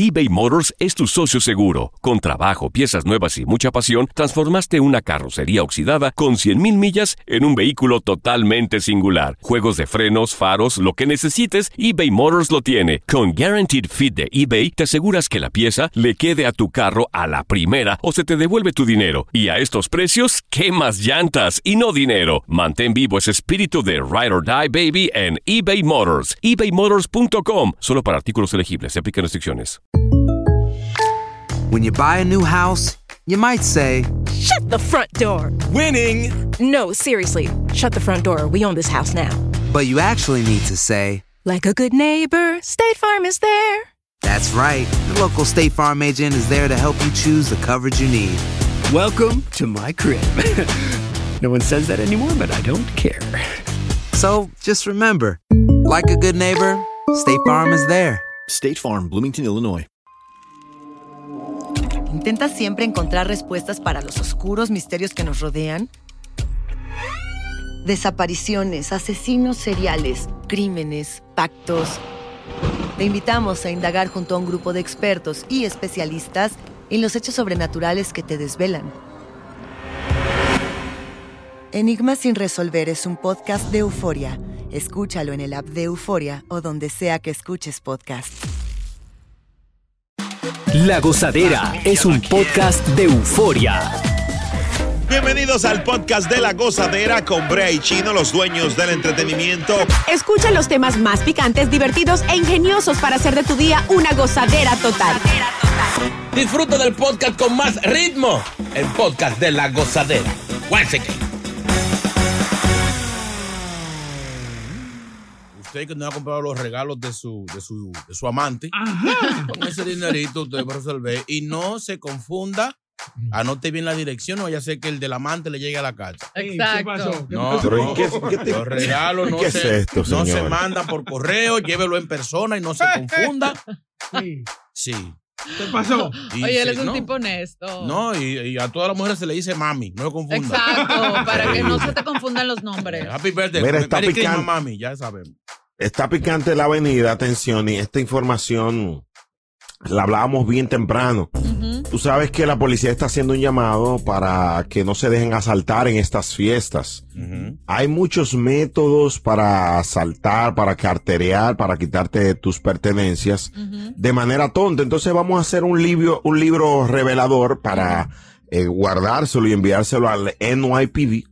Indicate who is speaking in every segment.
Speaker 1: eBay Motors es tu socio seguro. Con trabajo, piezas nuevas y mucha pasión, transformaste una carrocería oxidada con 100,000 millas en un vehículo totalmente singular. Juegos de frenos, faros, lo que necesites, eBay Motors lo tiene. Con Guaranteed Fit de eBay, te aseguras que la pieza le quede a tu carro a la primera o se te devuelve tu dinero. Y a estos precios, ¿qué más llantas y no dinero? Mantén vivo ese espíritu de Ride or Die, baby, en eBay Motors. ebaymotors.com. Solo para artículos elegibles. Se aplican restricciones.
Speaker 2: When you buy a new house, you might say,
Speaker 3: "Shut the front door."
Speaker 4: Winning!
Speaker 3: No, seriously. Shut the front door. We own this house now.
Speaker 2: but you actually need to say,
Speaker 3: "Like a good neighbor, State Farm is there."
Speaker 2: That's right. The local State Farm agent is there to help you choose the coverage you need.
Speaker 5: Welcome to my crib. No one says that anymore, but I don't care.
Speaker 2: So just remember, like a good neighbor, State Farm is there.
Speaker 6: State Farm, Bloomington, Illinois.
Speaker 7: ¿Intentas siempre encontrar respuestas para los oscuros misterios que nos rodean? Desapariciones, asesinos seriales, crímenes, pactos. Te invitamos a indagar junto a un grupo de expertos y especialistas en los hechos sobrenaturales que te desvelan. Enigmas sin resolver es un podcast de Euforia. Escúchalo en el app de Euforia o donde sea que escuches podcast.
Speaker 5: La Gozadera es un podcast de Euforia.
Speaker 8: Bienvenidos al podcast de La Gozadera con Brea y Chino, los dueños del entretenimiento.
Speaker 9: Escucha los temas más picantes, divertidos e ingeniosos para hacer de tu día una gozadera total.
Speaker 4: Disfruta del podcast con más ritmo, el podcast de La Gozadera. Once again. Usted que no ha comprado los regalos de su amante, con ese dinerito usted va a resolver y no se confunda. Anote bien la dirección, no vaya a ser que el del amante le llegue a la casa.
Speaker 10: Exacto.
Speaker 4: No,
Speaker 10: pero
Speaker 4: los regalos no,
Speaker 10: es esto,
Speaker 4: no se mandan por correo, llévelo en persona y no se confunda. Sí.
Speaker 10: ¿Qué pasó?
Speaker 11: Oye, él es un tipo honesto.
Speaker 4: No, y a todas las mujeres se le dice mami, no se confunda.
Speaker 11: Exacto, para que no se te confundan los nombres.
Speaker 4: Happy birthday.
Speaker 10: Mira, está
Speaker 4: Merry Christmas,
Speaker 10: picante.
Speaker 4: mami, ya sabemos.
Speaker 10: Está picante la avenida, atención, y esta información la hablábamos bien temprano. Tú sabes que la policía está haciendo un llamado para que no se dejen asaltar en estas fiestas. Hay muchos métodos para asaltar, para carterear, para quitarte tus pertenencias de manera tonta. Entonces vamos a hacer un libro revelador para guardárselo y enviárselo al NYPD.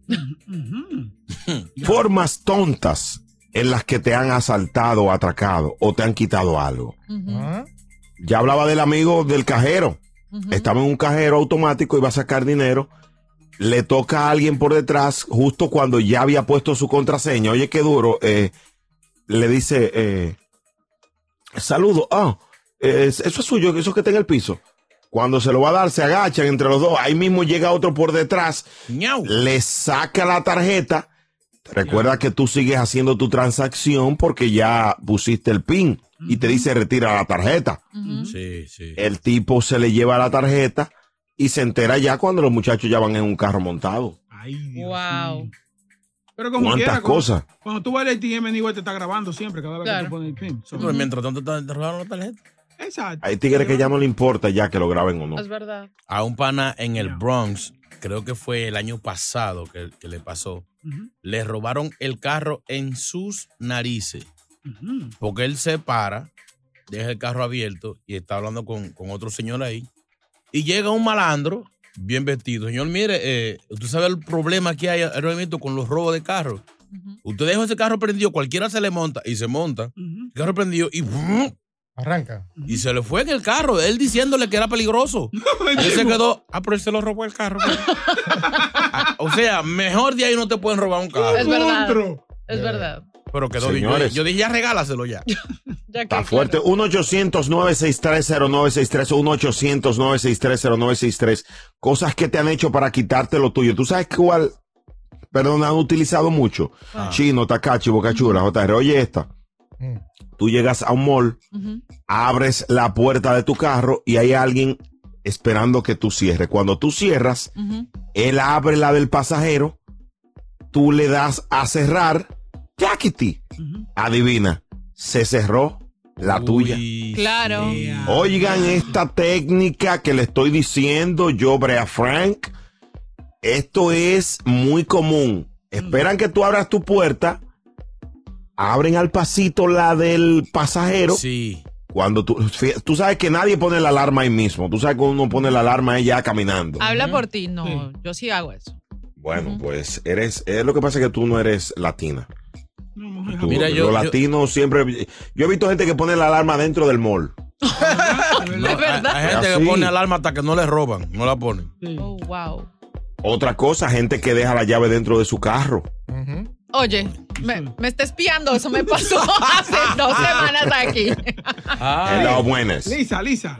Speaker 10: Formas tontas en las que te han asaltado o atracado o te han quitado algo. Ya hablaba del amigo del cajero. Estaba en un cajero automático, iba a sacar dinero. Le toca a alguien por detrás justo cuando ya había puesto su contraseña. Oye, qué duro. Le dice, saludo. Eso es suyo, eso que está en el piso. Cuando se lo va a dar, se agachan entre los dos. Ahí mismo llega otro por detrás. Le saca la tarjeta. Recuerda que tú sigues haciendo tu transacción porque ya pusiste el PIN. Y te dice retira la tarjeta.
Speaker 4: Sí, sí.
Speaker 10: El tipo se le lleva la tarjeta y se entera ya cuando los muchachos ya van en un carro montado.
Speaker 11: Ay, Dios. Wow.
Speaker 12: Pero como
Speaker 10: ¿Cuántas cosas?
Speaker 12: Cuando tú vas al ATM, igual te está grabando siempre cada vez que tú pones el PIN.
Speaker 4: Pero mientras tanto te robaron la tarjeta.
Speaker 12: Exacto.
Speaker 10: Hay tigres que ya no le importa ya que lo graben o no.
Speaker 11: Es verdad.
Speaker 4: A un pana en el Bronx, creo que fue el año pasado que le pasó, le robaron el carro en sus narices. Porque él se para, deja el carro abierto y está hablando con otro señor ahí. Y llega un malandro, bien vestido. Señor, mire, usted sabe el problema que hay ahora mismo con los robos de carros. Usted deja ese carro prendido, cualquiera se le monta y se monta. El carro prendido y
Speaker 13: arranca.
Speaker 4: Y se le fue en el carro, él diciéndole que era peligroso. Él se quedó, pero él se lo robó el carro. O sea, mejor de ahí no te pueden robar un carro.
Speaker 11: Es verdad. Es verdad.
Speaker 4: Pero quedó
Speaker 10: Señores.
Speaker 4: yo dije, ya regálaselo ya.
Speaker 10: Está fuerte. 1-800-963-0963. 1-800-963-0963. Cosas que te han hecho para quitarte lo tuyo. ¿Tú sabes cuál? Perdón, han utilizado mucho. Chino, Takachi, Bocachura, JR. Oye esta. Tú llegas a un mall, abres la puerta de tu carro y hay alguien esperando que tú cierres. Cuando tú cierras, él abre la del pasajero, tú le das a cerrar, ¡yaquiti! Adivina, se cerró la tuya.
Speaker 11: Claro.
Speaker 10: Oigan esta técnica que le estoy diciendo yo, Brea Frank. Esto es muy común. Esperan que tú abras tu puerta, abren al pasito la del pasajero.
Speaker 4: Sí.
Speaker 10: Cuando tú sabes que nadie pone la alarma ahí mismo. Tú sabes que uno pone la alarma ahí ya caminando.
Speaker 11: Habla por ti, no. Yo sí hago eso.
Speaker 10: Bueno, pues es lo que pasa es que tú no eres latina.
Speaker 4: Mira,
Speaker 10: los latinos siempre... Yo he visto gente que pone la alarma dentro del mall.
Speaker 11: ¿De verdad?
Speaker 4: Hay gente que pone alarma hasta que no le roban, no la ponen.
Speaker 11: Oh, wow.
Speaker 10: Otra cosa, gente que deja la llave dentro de su carro.
Speaker 11: Oye, me está espiando, eso me pasó hace 2 semanas aquí.
Speaker 10: Hello, buenas.
Speaker 12: Lisa.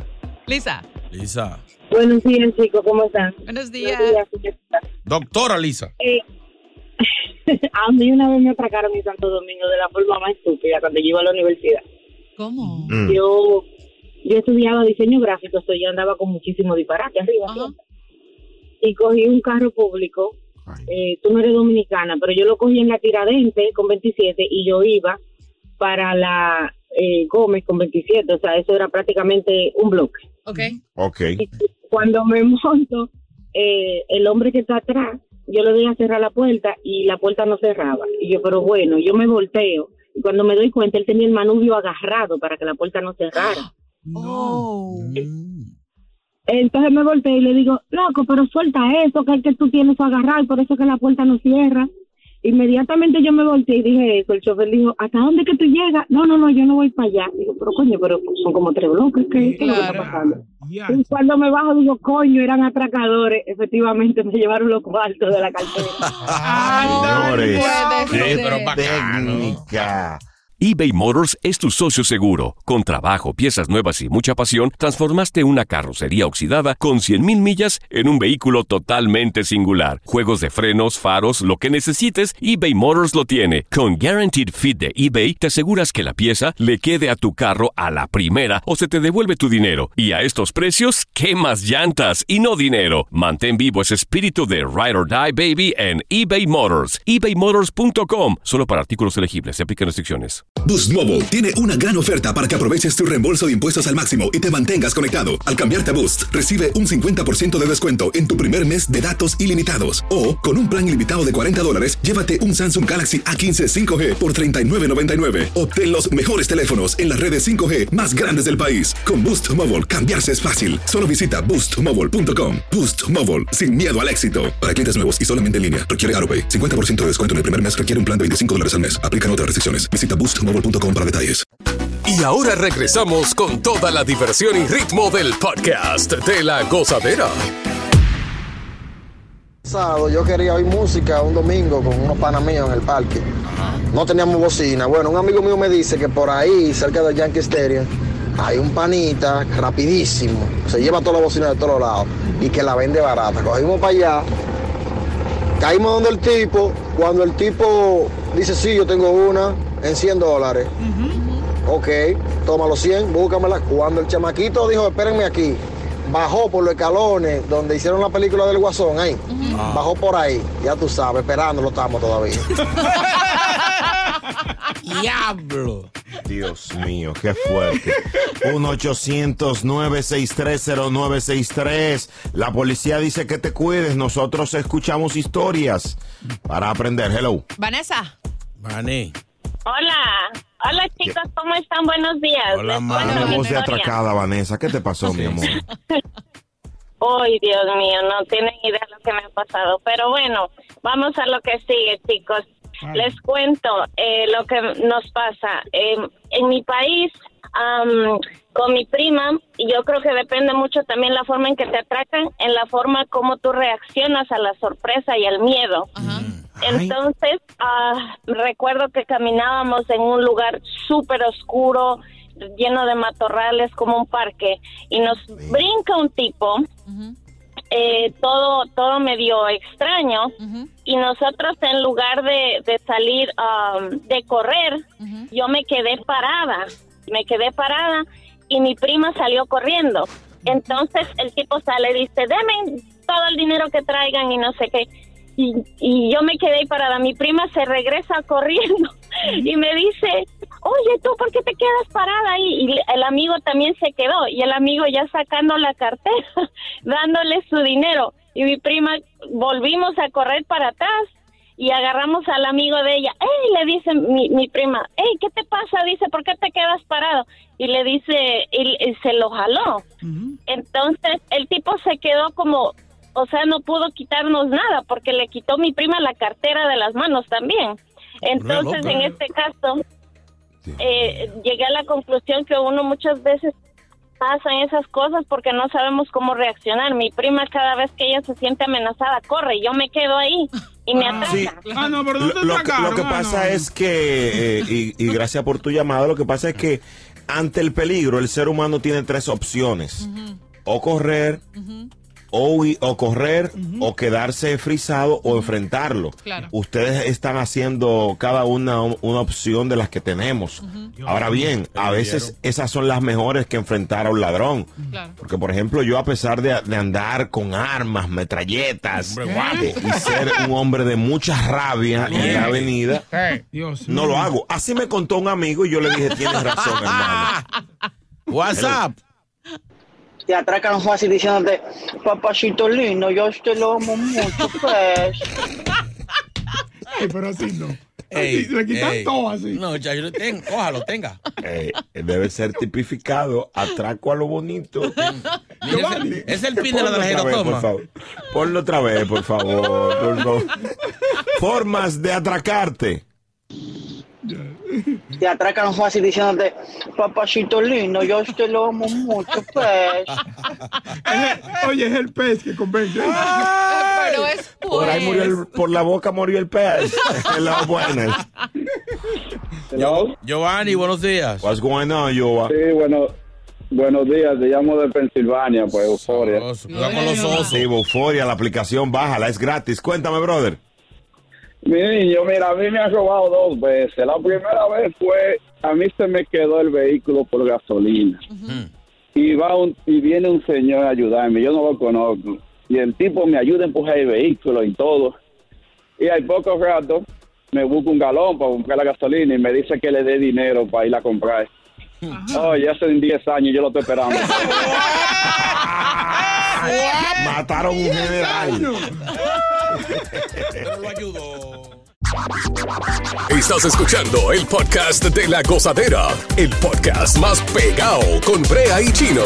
Speaker 13: Buenos días, chicos, ¿cómo están?
Speaker 11: Buenos días.
Speaker 4: Doctora Lisa.
Speaker 13: A mí una vez me atracaron en Santo Domingo de la forma más estúpida cuando yo iba a la universidad.
Speaker 11: ¿Cómo?
Speaker 13: Yo estudiaba diseño gráfico, yo andaba con muchísimo disparate arriba. Y cogí un carro público. Tú no eres dominicana, pero yo lo cogí en la Tiradentes con 27 y yo iba para la Gómez con 27, o sea, eso era prácticamente un bloque.
Speaker 11: Okay.
Speaker 13: Y cuando me monto, el hombre que está atrás, yo le doy a cerrar la puerta y la puerta no cerraba. Y yo, pero bueno, yo me volteo y cuando me doy cuenta, él tenía el manubrio agarrado para que la puerta no cerrara. Entonces me volteé y le digo, loco, pero suelta eso, que es que tú tienes que agarrar, por eso que la puerta no cierra. Inmediatamente yo me volteé y dije eso. El chofer dijo, ¿hasta dónde que tú llegas? No, yo no voy para allá. Digo, pero coño, pero son como 3 bloques, ¿qué es lo que está pasando? Y cuando me bajo digo, coño, eran atracadores. Efectivamente me llevaron los cuartos de la cartera.
Speaker 10: Señores,
Speaker 4: pero bacano.
Speaker 10: técnica.
Speaker 1: eBay Motors es tu socio seguro. Con trabajo, piezas nuevas y mucha pasión, transformaste una carrocería oxidada con 100,000 millas en un vehículo totalmente singular. Juegos de frenos, faros, lo que necesites, eBay Motors lo tiene. Con Guaranteed Fit de eBay, te aseguras que la pieza le quede a tu carro a la primera o se te devuelve tu dinero. Y a estos precios, ¿qué más llantas y no dinero? Mantén vivo ese espíritu de Ride or Die, baby, en eBay Motors. ebaymotors.com. Solo para artículos elegibles. Se aplican restricciones.
Speaker 14: Boost Mobile tiene una gran oferta para que aproveches tu reembolso de impuestos al máximo y te mantengas conectado. Al cambiarte a Boost, recibe un 50% de descuento en tu primer mes de datos ilimitados. O, con un plan ilimitado de $40, llévate un Samsung Galaxy A15 5G por $39.99. Obtén los mejores teléfonos en las redes 5G más grandes del país. Con Boost Mobile, cambiarse es fácil. Solo visita boostmobile.com. Boost Mobile, sin miedo al éxito. Para clientes nuevos y solamente en línea, requiere AutoPay. 50% de descuento en el primer mes requiere un plan de $25 al mes. Aplican otras restricciones. Visita boostmobile.com para detalles.
Speaker 15: Y ahora regresamos con toda la diversión y ritmo del podcast de La Gozadera.
Speaker 16: Yo quería oír música un domingo con unos panas míos en el parque. No teníamos bocina. Bueno, un amigo mío me dice que por ahí, cerca del Yankee Stadium, hay un panita rapidísimo. Se lleva toda la bocina de todos lados y que la vende barata. Cogimos para allá, caímos donde el tipo. Cuando el tipo dice, sí, yo tengo una en $100. Ok, toma los 100, búscamela. Cuando el chamaquito dijo, espérenme aquí, bajó por los escalones donde hicieron la película del Guasón, ahí. Bajó por ahí, ya tú sabes, esperándolo estamos todavía.
Speaker 4: ¡Diablo!
Speaker 10: Dios mío, qué fuerte. 1-800-963-0963. La policía dice que te cuides. Nosotros escuchamos historias para aprender. Hello.
Speaker 11: Vanessa.
Speaker 4: Vane.
Speaker 17: Hola chicos, ¿cómo están? Buenos días.
Speaker 10: Hola, una voz de atracada, Vanessa. ¿Qué te pasó, mi amor?
Speaker 17: Ay, Dios mío, no tienen idea de lo que me ha pasado. Pero bueno, vamos a lo que sigue, chicos. Les cuento lo que nos pasa. En mi país, con mi prima, yo creo que depende mucho también la forma en que te atracan, en la forma como tú reaccionas a la sorpresa y al miedo. Entonces, recuerdo que caminábamos en un lugar súper oscuro, lleno de matorrales, como un parque, y nos brinca un tipo, todo medio extraño, y nosotros en lugar de salir de correr, yo me quedé parada, y mi prima salió corriendo. Entonces el tipo sale y dice, denme todo el dinero que traigan y no sé qué. Y yo me quedé ahí parada. Mi prima se regresa corriendo y me dice, oye, ¿tú por qué te quedas parada ahí? Y el amigo también se quedó, y el amigo ya sacando la cartera, dándole su dinero. Y mi prima, volvimos a correr para atrás y agarramos al amigo de ella. ¡Ey! Le dice mi prima, ¡ey! ¿Qué te pasa? Dice, ¿por qué te quedas parado? Y le dice, y se lo jaló. Entonces, el tipo se quedó como, o sea, no pudo quitarnos nada, porque le quitó mi prima la cartera de las manos también. Entonces, en este caso, llegué a la conclusión que uno muchas veces pasan esas cosas porque no sabemos cómo reaccionar. Mi prima, cada vez que ella se siente amenazada, corre, y yo me quedo ahí y me ataca.
Speaker 10: Sí.
Speaker 12: No, pero no te
Speaker 10: Lo que pasa es que, y gracias por tu llamada, lo que pasa es que ante el peligro, el ser humano tiene 3 opciones. O correr, o correr, o quedarse frisado, o enfrentarlo.
Speaker 11: Claro.
Speaker 10: Ustedes están haciendo cada una opción de las que tenemos. Ahora bien, a veces esas son las mejores que enfrentar a un ladrón.
Speaker 11: Claro.
Speaker 10: Porque, por ejemplo, yo a pesar de andar con armas, metralletas, y ser un hombre de mucha rabia en la avenida, no lo hago. Así me contó un amigo y yo le dije, tienes razón, hermano.
Speaker 4: WhatsApp.
Speaker 18: Te atracan fácil diciéndote, papacito lindo, yo te lo amo mucho, pues.
Speaker 12: Pero así no.
Speaker 4: Ey,
Speaker 12: le quitan todo así.
Speaker 4: No, ya yo lo tengo, cójalo, tenga.
Speaker 10: Debe ser tipificado, atraco a lo bonito.
Speaker 4: Es el pin de la tarjeta, toma.
Speaker 10: Ponlo otra vez, por favor. Formas de atracarte.
Speaker 18: Te atracan fácil diciéndote, papacito lindo, yo te lo amo mucho, pues.
Speaker 12: Oye, es el pez que convence.
Speaker 11: Pero es
Speaker 10: Por ahí murió por la boca murió el pez. En las buenas.
Speaker 4: Giovanni, buenos días.
Speaker 10: What's going on, Giovanni?
Speaker 19: Sí, buenos días. Te llamo de Pensilvania, pues, Euforia.
Speaker 10: Cuidado con los osos. Sí, Euforia, la aplicación, bájala, es gratis. Cuéntame, brother.
Speaker 19: Mi niño, mira, a mí me han robado 2 veces. La primera vez fue, a mí se me quedó el vehículo por gasolina. Y viene un señor a ayudarme, yo no lo conozco. Y el tipo me ayuda a empujar el vehículo y todo. Y al poco rato me busca un galón para comprar la gasolina y me dice que le dé dinero para ir a comprar. Oye, hace 10 años yo lo estoy esperando.
Speaker 10: Mataron un general.
Speaker 4: Pero lo ayudó.
Speaker 15: Estás escuchando el podcast de La Gozadera, el podcast más pegado con Brea y Chino.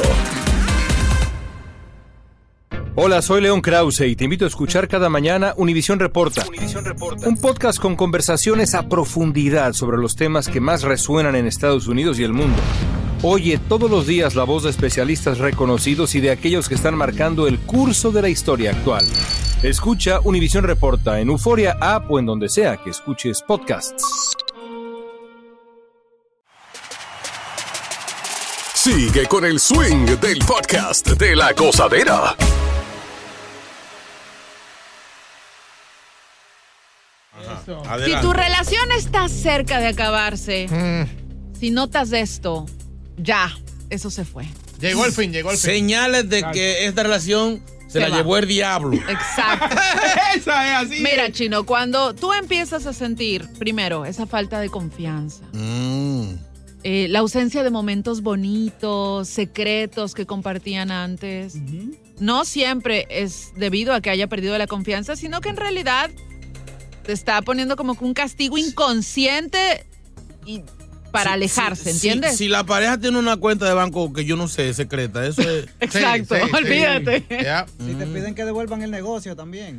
Speaker 20: Hola, soy León Krause y te invito a escuchar cada mañana Univisión Reporta. Un podcast con conversaciones a profundidad sobre los temas que más resuenan en Estados Unidos y el mundo. Oye todos los días la voz de especialistas reconocidos y de aquellos que están marcando el curso de la historia actual. Escucha Univisión Reporta en Euforia App o en donde sea que escuches podcasts.
Speaker 15: Sigue con el swing del podcast de La Gozadera.
Speaker 11: Si tu relación está cerca de acabarse, si notas esto, ya, eso se fue.
Speaker 4: Llegó el fin. Señales de que esta relación se la llevó el diablo.
Speaker 11: Exacto.
Speaker 12: Esa es así.
Speaker 11: Mira, Chino, cuando tú empiezas a sentir, primero, esa falta de confianza, la ausencia de momentos bonitos, secretos que compartían antes, no siempre es debido a que haya perdido la confianza, sino que en realidad te está poniendo como que un castigo inconsciente y para alejarse, ¿entiendes?
Speaker 4: Si la pareja tiene una cuenta de banco que yo no sé, secreta, eso es...
Speaker 11: Exacto, olvídate.
Speaker 21: Si te piden que devuelvan el negocio también.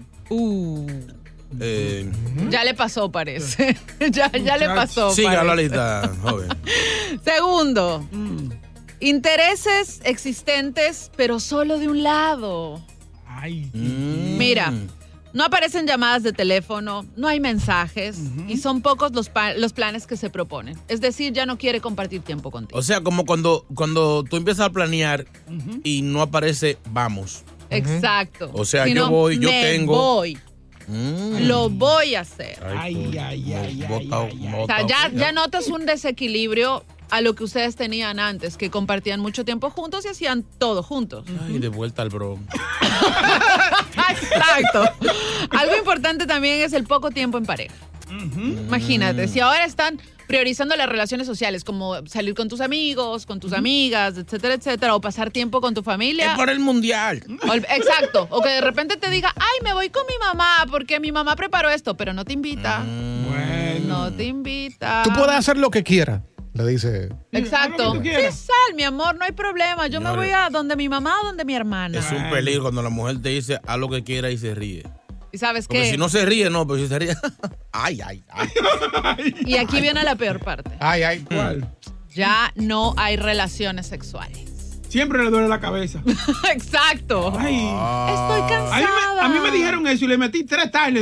Speaker 11: Ya le pasó, parece. ya le pasó.
Speaker 4: Siga la lista, joven.
Speaker 11: Segundo, intereses existentes, pero solo de un lado. Mira, no aparecen llamadas de teléfono, no hay mensajes y son pocos los planes que se proponen. Es decir, ya no quiere compartir tiempo contigo.
Speaker 4: O sea, como cuando tú empiezas a planear y no aparece vamos.
Speaker 11: Exacto.
Speaker 4: O sea, yo voy, yo tengo...
Speaker 11: voy. Lo voy a hacer. O sea, ya notas un desequilibrio a lo que ustedes tenían antes, que compartían mucho tiempo juntos y hacían todo juntos.
Speaker 4: Ay, de vuelta al bro.
Speaker 11: Exacto. Algo importante también es el poco tiempo en pareja. Imagínate, si ahora están priorizando las relaciones sociales, como salir con tus amigos, con tus amigas, etcétera, etcétera, o pasar tiempo con tu familia.
Speaker 4: Es por el mundial.
Speaker 11: Exacto. O que de repente te diga, ay, me voy con mi mamá porque mi mamá preparó esto, pero no te invita. No te invita.
Speaker 3: Tú puedes hacer lo que quieras, le dice.
Speaker 11: Exacto. Sí, sal, mi amor, no hay problema. Yo me voy a donde mi mamá o donde mi hermana.
Speaker 4: Es un peligro cuando la mujer te dice haz lo que quiera y se ríe.
Speaker 11: ¿Y sabes
Speaker 4: Porque
Speaker 11: qué?
Speaker 4: si no se ríe, no, pero si se ríe. Ay.
Speaker 11: Y aquí viene la peor parte.
Speaker 3: Ay, ¿cuál?
Speaker 11: Ya no hay relaciones sexuales.
Speaker 12: Siempre le duele la cabeza.
Speaker 11: Exacto.
Speaker 12: Ay.
Speaker 11: Estoy cansada.
Speaker 12: A mí me dijeron eso y le metí 3 tiles.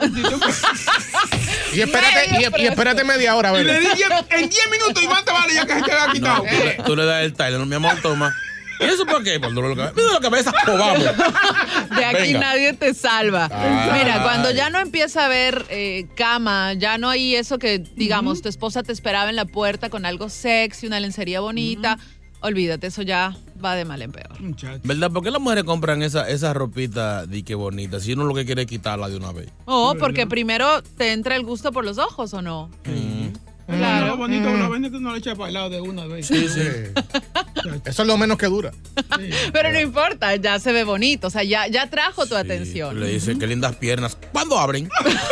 Speaker 3: Y espérate media hora,
Speaker 12: Y
Speaker 3: ¿verdad?
Speaker 12: le di en 10 minutos, Iván Tavares ya que se te ha quitado.
Speaker 4: Tú le das el Tyler, mi amor, toma. ¿Y eso por qué? Por dolor de cabeza. Mira la cabeza, pues vamos.
Speaker 11: De aquí
Speaker 4: Venga.
Speaker 11: nadie te salva.
Speaker 4: Ay.
Speaker 11: Mira, cuando ya no empieza a haber cama, ya no hay eso que, digamos, tu esposa te esperaba en la puerta con algo sexy, una lencería bonita, olvídate, eso ya va de mal en peor.
Speaker 4: ¿Verdad? ¿Por qué las mujeres compran esa ropita de que bonita si uno lo que quiere es quitarla de una vez?
Speaker 11: Oh, porque primero te entra el gusto por los ojos, ¿o no?
Speaker 12: Claro. Lo bonito que lo vende que uno le echa para el lado de una vez.
Speaker 3: Sí. Eso es lo menos que dura.
Speaker 11: Pero no importa, ya se ve bonito, o sea, ya trajo tu atención.
Speaker 4: Le dice, qué lindas piernas. ¿Cuándo abren?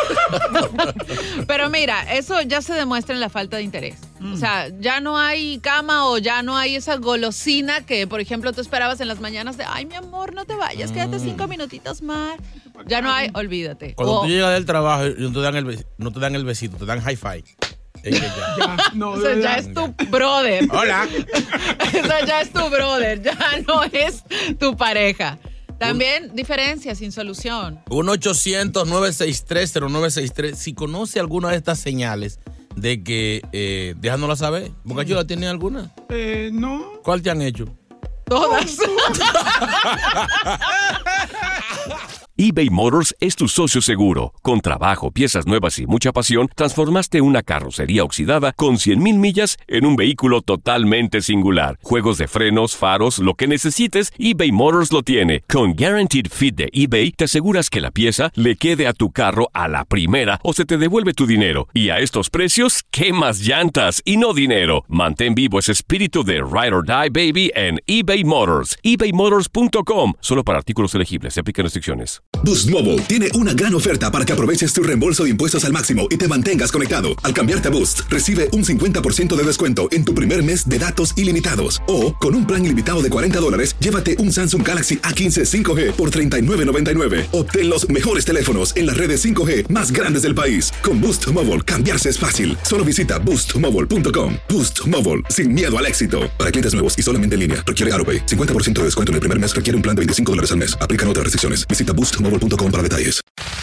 Speaker 11: Pero mira, eso ya se demuestra en la falta de interés. O sea, ya no hay cama o ya no hay esa golosina que, por ejemplo, tú esperabas en las mañanas de, ay, mi amor, no te vayas, quédate 5 minutitos más. Ya no hay, olvídate.
Speaker 4: Cuando tú llegas del trabajo y no te dan el besito, te dan high five. Es que
Speaker 11: O sea, ya es tu brother.
Speaker 4: Hola.
Speaker 11: O sea, ya es tu brother, ya no es tu pareja. También diferencias sin solución.
Speaker 4: 1-800-963-0963. Si conoce alguna de estas señales de que déjanosla saber. ¿Bocachula tiene alguna?
Speaker 12: No.
Speaker 4: ¿Cuál te han hecho?
Speaker 11: Todas.
Speaker 1: eBay Motors es tu socio seguro. Con trabajo, piezas nuevas y mucha pasión, transformaste una carrocería oxidada con 100,000 millas en un vehículo totalmente singular. Juegos de frenos, faros, lo que necesites, eBay Motors lo tiene. Con Guaranteed Fit de eBay, te aseguras que la pieza le quede a tu carro a la primera o se te devuelve tu dinero. Y a estos precios, ¿qué más llantas y no dinero? Mantén vivo ese espíritu de Ride or Die, baby, en eBay Motors. ebaymotors.com. Solo para artículos elegibles. Se aplican restricciones.
Speaker 14: Boost Mobile tiene una gran oferta para que aproveches tu reembolso de impuestos al máximo y te mantengas conectado. Al cambiarte a Boost, recibe un 50% de descuento en tu primer mes de datos ilimitados. O, con un plan ilimitado de $40, llévate un Samsung Galaxy A15 5G por $39.99. Obtén los mejores teléfonos en las redes 5G más grandes del país. Con Boost Mobile, cambiarse es fácil. Solo visita boostmobile.com. Boost Mobile, sin miedo al éxito. Para clientes nuevos y solamente en línea, requiere AutoPay. 50% de descuento en el primer mes requiere un plan de $25 al mes. Aplican otras restricciones. Visita boostmobile.com para detalles.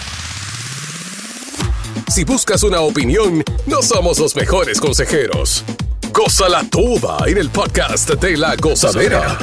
Speaker 15: Si buscas una opinión, no somos los mejores consejeros. Gózala toda en el podcast de La Gozadera.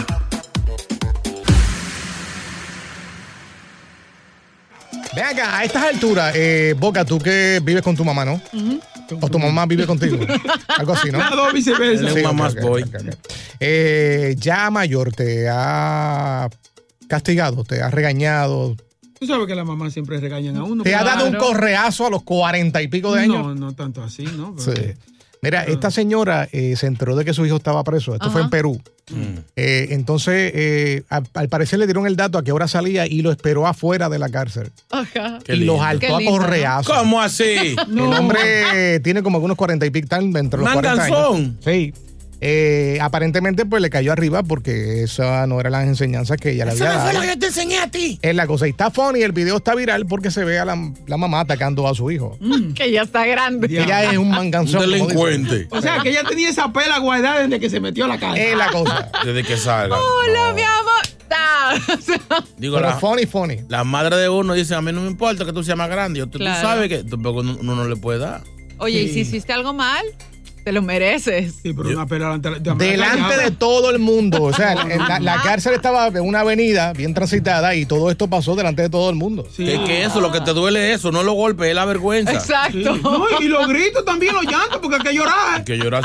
Speaker 3: Ven acá, a estas alturas, Boca, tú que vives con tu mamá, ¿no? O tu mamá vive contigo. Algo así, ¿no?
Speaker 12: Las viceversa.
Speaker 3: Sí, okay. Ya mayor, ¿te ha castigado? ¿Te ha regañado?
Speaker 12: Tú sabes que las mamás siempre regañan a uno.
Speaker 3: ¿Te ha dado un correazo a los 40 y pico de años?
Speaker 12: No tanto así, ¿no?
Speaker 3: Sí. Mira, esta señora se enteró de que su hijo estaba preso. Esto fue en Perú. Entonces, al parecer le dieron el dato a qué hora salía y lo esperó afuera de la cárcel.
Speaker 11: Ajá.
Speaker 3: Y lo saltó a correazo.
Speaker 4: ¿Cómo así?
Speaker 3: El hombre tiene como algunos 40 y pico, entre los 40 años. Sí. Aparentemente pues le cayó arriba porque esa no eran las enseñanzas que ella le había dado.
Speaker 4: Eso no fue lo que yo te enseñé a ti.
Speaker 3: Es la cosa. Y está funny, el video está viral porque se ve a la mamá atacando a su hijo.
Speaker 11: Que ya está grande.
Speaker 3: Que ella es un manganzón.
Speaker 4: Un delincuente.
Speaker 12: O sea, que ella tenía esa pela guardada desde que se metió a la calle.
Speaker 3: Es la cosa.
Speaker 4: Desde que salga.
Speaker 11: Hola, mi amor.
Speaker 4: Digo,
Speaker 3: pero funny.
Speaker 4: La madre de uno dice, a mí no me importa que tú seas más grande. Tú sabes que tampoco uno no le puede dar.
Speaker 11: Oye, ¿y si hiciste algo mal? Te lo mereces.
Speaker 12: Sí, pero una pela
Speaker 3: delante de todo el mundo. O sea, la cárcel estaba en una avenida bien transitada y todo esto pasó delante de todo el mundo.
Speaker 4: Sí. Que eso, lo que te duele es eso, no los golpes, es la vergüenza.
Speaker 11: Exacto.
Speaker 12: Sí. No, y los gritos también, los llantos, porque hay que llorar.
Speaker 4: Hay que llorar.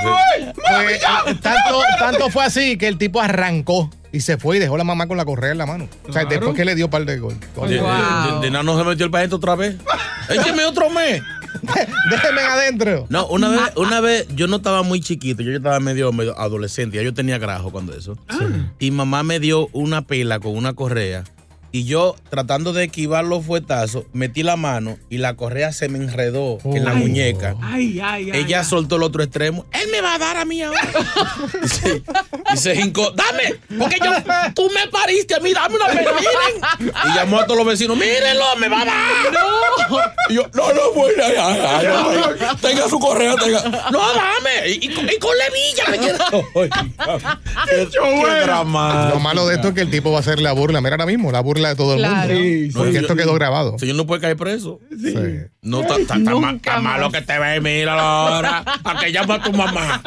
Speaker 3: Tanto fue así que el tipo arrancó y se fue y dejó a la mamá con la correa en la mano. O sea, después que le dio par de gol.
Speaker 4: De nada no se metió el paquete otra vez. Écheme otro mes.
Speaker 3: Déjenme adentro.
Speaker 4: No, una vez yo no estaba muy chiquito, yo estaba medio adolescente, ya yo tenía grajo cuando eso. Y mamá me dio una pela con una correa. Y yo, tratando de esquivar los fuetazos, metí la mano y la correa se me enredó en la muñeca. Ella soltó el otro extremo. Él me va a dar a mí ahora. y se hincó. ¡Dame! Porque tú me pariste a mí, dame una pela, miren. Y llamó a todos los vecinos. ¡Mírenlo, me va a dar! ¡No! Y yo, no, tenga su correa, tenga. ¡No, dame! Y con levilla me quedo. ¡Qué drama!
Speaker 3: Lo malo de esto es que el tipo va a hacer la burla. Mira ahora mismo, la burla de todo el mundo. Sí, porque esto quedó grabado.
Speaker 4: Señor no puede caer preso. Sí. No está malo que te ve, míralo ahora. ¿A que llama a tu mamá?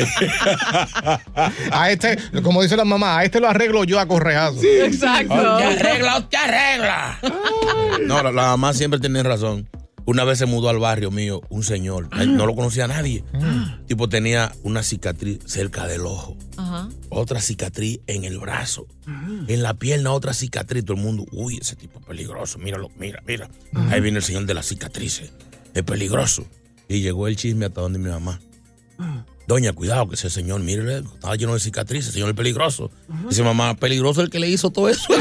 Speaker 3: A este, como dice la mamá, a este lo arreglo yo a correazo.
Speaker 11: Sí, exacto.
Speaker 4: Te arregla. No, la mamá siempre tiene razón. Una vez se mudó al barrio mío un señor, no lo conocía a nadie. Tipo tenía una cicatriz cerca del ojo, otra cicatriz en el brazo, en la pierna otra cicatriz. Todo el mundo, uy, ese tipo es peligroso, míralo, mira. Ahí viene el señor de las cicatrices, es peligroso. Y llegó el chisme hasta donde mi mamá. Doña, cuidado que ese señor, mire, estaba lleno de cicatrices, el señor es peligroso. Dice mamá, peligroso el que le hizo todo eso.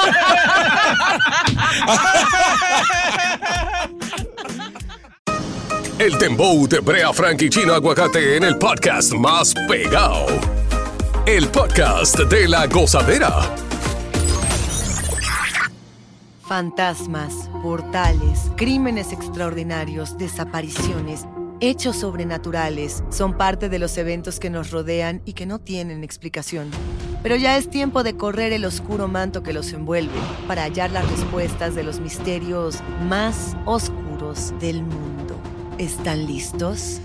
Speaker 15: El Dembow de Brea Frank y Chino Aguacate en el podcast más pegado. El podcast de La Gozadera.
Speaker 7: Fantasmas, portales, crímenes extraordinarios, desapariciones, hechos sobrenaturales son parte de los eventos que nos rodean y que no tienen explicación. Pero ya es tiempo de correr el oscuro manto que los envuelve para hallar las respuestas de los misterios más oscuros del mundo. ¿Están listos?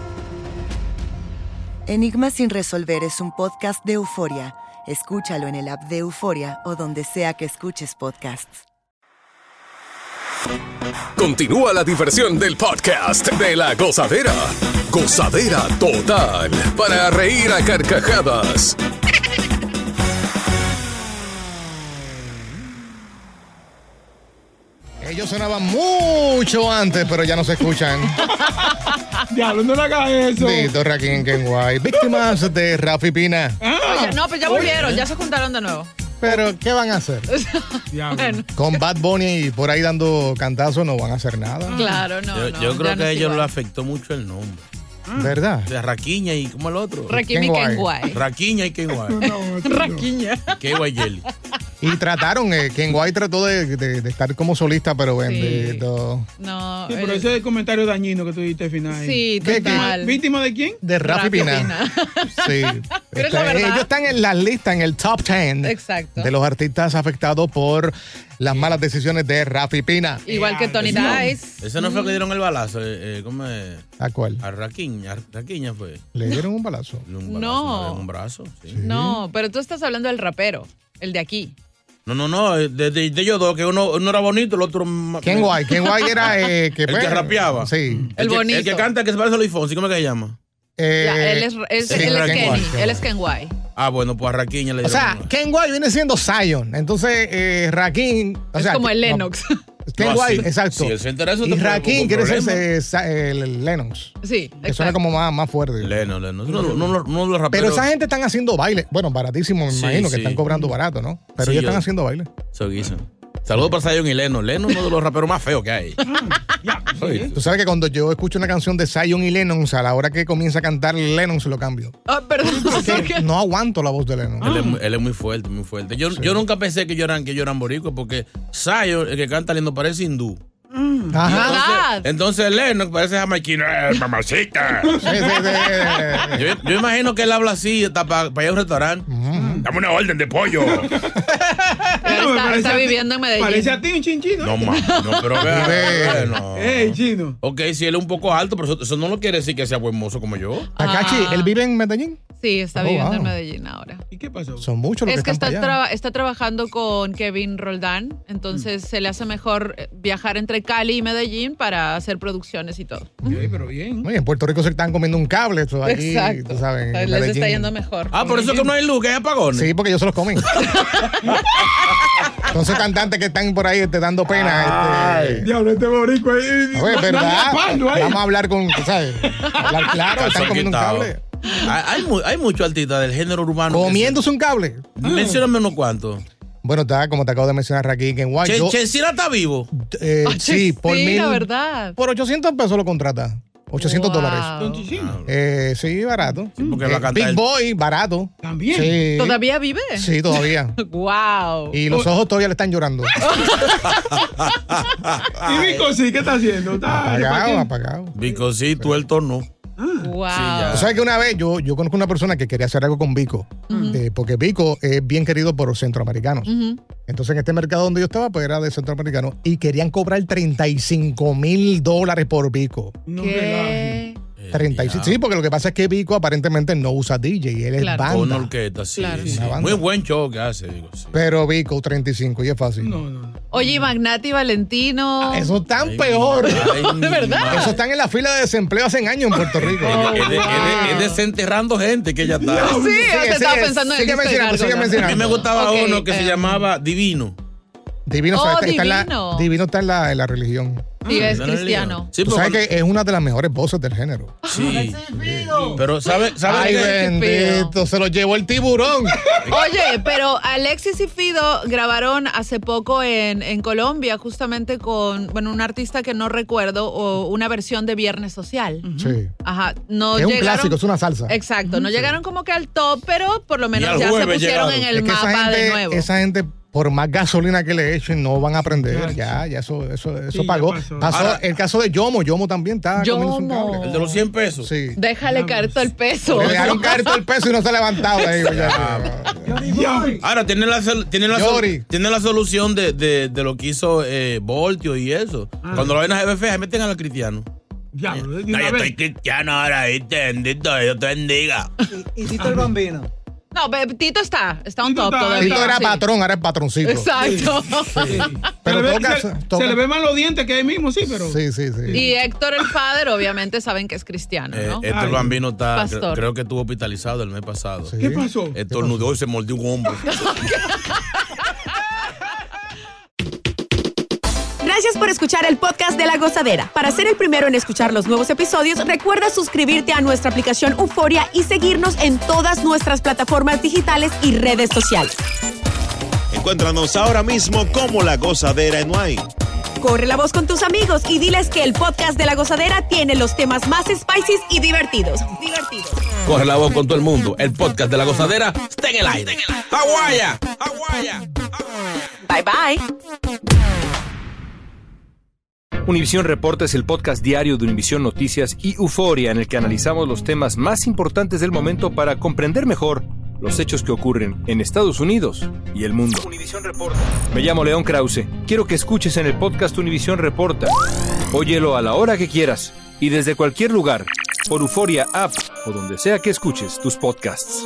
Speaker 7: Enigmas sin resolver es un podcast de Euforia. Escúchalo en el app de Euforia o donde sea que escuches podcasts.
Speaker 15: Continúa la diversión del podcast de La Gozadera. Gozadera total para reír a carcajadas.
Speaker 3: Ellos sonaban mucho antes, pero ya no se escuchan.
Speaker 12: Diablo, no le hagas eso.
Speaker 3: Dito, Rakim, Kenway. Víctimas de Rafi Pina.
Speaker 11: Oye, no, pues ya volvieron, ya se juntaron de nuevo.
Speaker 3: Pero, ¿qué van a hacer?
Speaker 11: Bueno.
Speaker 3: Con Bad Bunny y por ahí dando cantazos no van a hacer nada.
Speaker 11: Claro, no.
Speaker 4: Yo creo que a ellos le afectó mucho el nombre.
Speaker 3: ¿Verdad?
Speaker 4: De Raquiña y ¿cómo el otro?
Speaker 11: Rakim y Kenway.
Speaker 4: Raquiña y Kenway.
Speaker 11: Raquiña.
Speaker 4: Kenway Jelly.
Speaker 3: Y trataron, Kenway trató de estar como solista, pero bendito.
Speaker 11: No.
Speaker 12: Sí, pero ese es el comentario dañino que tú dijiste al final.
Speaker 11: Sí, total.
Speaker 12: ¿Víctima de quién?
Speaker 3: De Rafi Pina. Sí.
Speaker 11: Pero es la verdad.
Speaker 3: Ellos están en la lista, en el top 10
Speaker 11: Exacto.
Speaker 3: de los artistas afectados por las malas decisiones de Rafi Pina.
Speaker 11: Igual que Tony Dice.
Speaker 4: Ese no fue el que dieron el balazo. ¿Cómo es?
Speaker 3: ¿A cuál?
Speaker 4: A Raquiña fue.
Speaker 3: ¿Le dieron un balazo?
Speaker 11: No.
Speaker 4: Un brazo. Sí.
Speaker 11: No, pero tú estás hablando del rapero, el de aquí.
Speaker 4: No, de ellos dos, que uno era bonito, el otro...
Speaker 3: Kenway era...
Speaker 4: el que rapeaba.
Speaker 3: Sí.
Speaker 11: El bonito.
Speaker 4: El que canta, que se parece a Luis Fonsi, ¿cómo es que se llama?
Speaker 11: Él es Kenway.
Speaker 4: Ah, bueno, pues a Raquiña le
Speaker 3: dieron... O sea, Kenway viene siendo Zion. Entonces, Rakim...
Speaker 11: Es como el Lennox.
Speaker 3: Kenway, exacto.
Speaker 4: Sí,
Speaker 3: y Rakim quiere ser el Lennox.
Speaker 11: Sí,
Speaker 3: que suena como más fuerte.
Speaker 4: Lennox. No lo raperos.
Speaker 3: Pero esa gente están haciendo baile. Bueno, baratísimo, me imagino, que están cobrando barato, ¿no? Pero ellos están haciendo baile.
Speaker 4: Saludos para Zion y Lennox. Lennox es uno de los raperos más feos que hay.
Speaker 3: Tú sabes que cuando yo escucho una canción de Zion y Lennox, a la hora que comienza a cantar Lennox lo cambio.
Speaker 11: Ah, perdón.
Speaker 3: No aguanto la voz de Lennox.
Speaker 4: Él es muy fuerte, muy fuerte. Yo nunca pensé que ellos eran boricuas porque Zion, el que canta lindo, parece hindú.
Speaker 3: Ajá.
Speaker 4: Entonces Lennox parece jamaiquino. Mamacita. Yo imagino que él habla así para ir a un restaurante. Dame una orden de pollo.
Speaker 11: Está viviendo en Medellín.
Speaker 12: Parece a ti un chinchino.
Speaker 4: No, pero vea. No.
Speaker 12: Ey, chino.
Speaker 4: Ok, si él es un poco alto, pero eso no lo quiere decir que sea buen mozo como yo.
Speaker 3: Takashi, ¿él vive en Medellín?
Speaker 11: Sí, está viviendo en Medellín ahora.
Speaker 12: ¿Y qué pasó?
Speaker 3: Son muchos los que están
Speaker 11: está trabajando con Kevin Roldán, entonces se le hace mejor viajar entre Cali y Medellín para hacer producciones y todo.
Speaker 12: Okay, pero bien.
Speaker 3: Oye, en Puerto Rico se están comiendo un cable. Aquí,
Speaker 11: exacto.
Speaker 3: Tú sabes,
Speaker 11: les está yendo mejor.
Speaker 4: Por eso que no hay luz, que hay apagones.
Speaker 3: Sí, porque ellos se los comen. Entonces cantantes que están por ahí dando pena.
Speaker 12: Diablo, este boricua ahí.
Speaker 3: A ver, ¿verdad? Vamos a hablar con, ¿sabes? Hablar claro, están comiendo un cable.
Speaker 4: Hay muchos artistas del género urbano.
Speaker 3: Comiéndose un cable.
Speaker 4: Mencióname unos cuantos.
Speaker 3: Bueno, está como te acabo de mencionar aquí en White.
Speaker 4: ¿Chesina está vivo?
Speaker 3: Sí, por
Speaker 11: ¿verdad?
Speaker 3: Por $800 lo contrata. $800. Sí, barato. Sí, Big Boy, barato.
Speaker 12: ¿También?
Speaker 3: Sí.
Speaker 11: ¿Todavía vive?
Speaker 3: Sí, todavía.
Speaker 11: Wow.
Speaker 3: Y los ojos todavía le están llorando.
Speaker 12: ¿Y Vico sí? ¿Qué está haciendo?
Speaker 3: Apagado.
Speaker 4: Vico sí, tú el torno.
Speaker 11: Wow.
Speaker 3: Sí, o sea que una vez yo conozco una persona que quería hacer algo con Vico, porque Vico es bien querido por los centroamericanos. Entonces en este mercado donde yo estaba, pues era de centroamericanos y querían cobrar $35,000 por Vico.
Speaker 11: ¿Qué?
Speaker 3: 35. Sí, porque lo que pasa es que Vico aparentemente no usa DJ, él es banda.
Speaker 4: Con orquesta, sí. Muy buen show que hace, digo. Sí.
Speaker 3: Pero Vico, 35, y es fácil.
Speaker 12: No.
Speaker 11: Oye, Magnati y Valentino.
Speaker 3: Eso están peor.
Speaker 11: De verdad.
Speaker 3: Eso están en la fila de desempleo hace años en Puerto Rico.
Speaker 4: Es desenterrando gente que ya está.
Speaker 11: Sí, estaba pensando en
Speaker 3: sigue mencionando.
Speaker 4: A mí me gustaba uno que se llamaba Divino.
Speaker 3: Divino está en la religión.
Speaker 11: Sí, es cristiano.
Speaker 3: Sí, tú sabes que es una de las mejores voces del género.
Speaker 4: Sí. Pero ¿sabe
Speaker 3: Ay, bendito, se lo llevó el tiburón.
Speaker 11: Oye, pero Alexis y Fido grabaron hace poco en Colombia, justamente con, un artista que no recuerdo, o una versión de Viernes Social.
Speaker 3: Sí.
Speaker 11: Ajá.
Speaker 3: Es un clásico, es una salsa.
Speaker 11: Exacto, no llegaron como que al top, pero por lo menos ya se pusieron en el mapa de nuevo.
Speaker 3: Esa gente, por más gasolina que le echen, no van a aprender. Ya eso pagó. Pasó ahora, el caso de Yomo también está comiendo un cable.
Speaker 4: El de los 100 pesos.
Speaker 3: Sí.
Speaker 11: Déjale caer todo el peso.
Speaker 3: Le dejaron caer todo el peso y no se ha levantado de ahí.
Speaker 4: Ahora tiene la solución de lo que hizo Voltio y eso. Cuando lo ven a jefe, se meten a los cristianos.
Speaker 12: Diablo,
Speaker 4: yo estoy cristiano ahora, bendito, Dios te bendiga.
Speaker 21: ¿Y Tito el Bambino?
Speaker 11: No, Tito está un top todavía.
Speaker 3: Tito era patrón, ahora es patroncito.
Speaker 11: Exacto.
Speaker 3: Sí. Pero
Speaker 12: se le ven más los dientes que ahí mismo, sí, pero.
Speaker 3: Sí.
Speaker 11: Y Héctor el Father, obviamente saben que es cristiano, ¿no?
Speaker 4: Héctor Bambino está, creo que estuvo hospitalizado el mes pasado.
Speaker 12: ¿Sí? ¿Qué pasó?
Speaker 4: Estornudó y se mordió un hombro.
Speaker 9: Gracias por escuchar el podcast de La Gozadera. Para ser el primero en escuchar los nuevos episodios, recuerda suscribirte a nuestra aplicación Euforia y seguirnos en todas nuestras plataformas digitales y redes sociales.
Speaker 8: Encuéntranos ahora mismo como La Gozadera en Wine.
Speaker 9: Corre la voz con tus amigos y diles que el podcast de La Gozadera tiene los temas más spicy y divertidos.
Speaker 4: Corre la voz con todo el mundo. El podcast de La Gozadera está en el aire. ¡Aguaya!
Speaker 9: Bye, bye.
Speaker 20: Univisión Reporta es el podcast diario de Univisión Noticias y Euforia, en el que analizamos los temas más importantes del momento para comprender mejor los hechos que ocurren en Estados Unidos y el mundo. Univisión Reporta. Me llamo León Krause. Quiero que escuches en el podcast Univisión Reporta. Óyelo a la hora que quieras y desde cualquier lugar, por Euforia App o donde sea que escuches tus podcasts.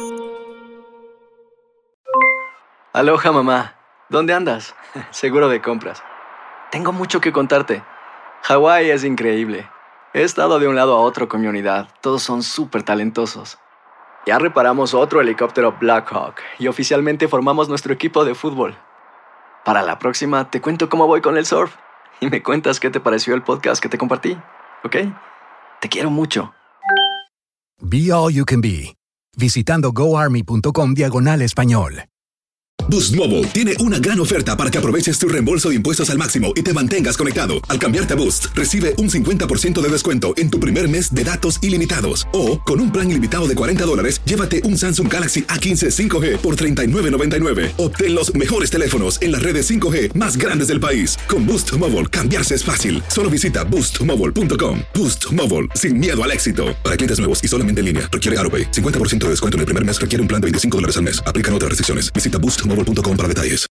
Speaker 2: Aloha, mamá. ¿Dónde andas? Seguro de compras. Tengo mucho que contarte. Hawái es increíble. He estado de un lado a otro con mi unidad. Todos son súper talentosos. Ya reparamos otro helicóptero Blackhawk y oficialmente formamos nuestro equipo de fútbol. Para la próxima te cuento cómo voy con el surf y me cuentas qué te pareció el podcast que te compartí, ¿ok? Te quiero mucho.
Speaker 22: Be All You Can Be. Visitando goarmy.com/español.
Speaker 14: Boost Mobile tiene una gran oferta para que aproveches tu reembolso de impuestos al máximo y te mantengas conectado. Al cambiarte a Boost, recibe un 50% de descuento en tu primer mes de datos ilimitados. O, con un plan ilimitado de $40, llévate un Samsung Galaxy A15 5G por $39.99. Obtén los mejores teléfonos en las redes 5G más grandes del país. Con Boost Mobile, cambiarse es fácil. Solo visita boostmobile.com. Boost Mobile, sin miedo al éxito. Para clientes nuevos y solamente en línea, requiere AutoPay. 50% de descuento en el primer mes requiere un plan de $25 al mes. Aplican otras restricciones. Visita boostmobile.com para detalles.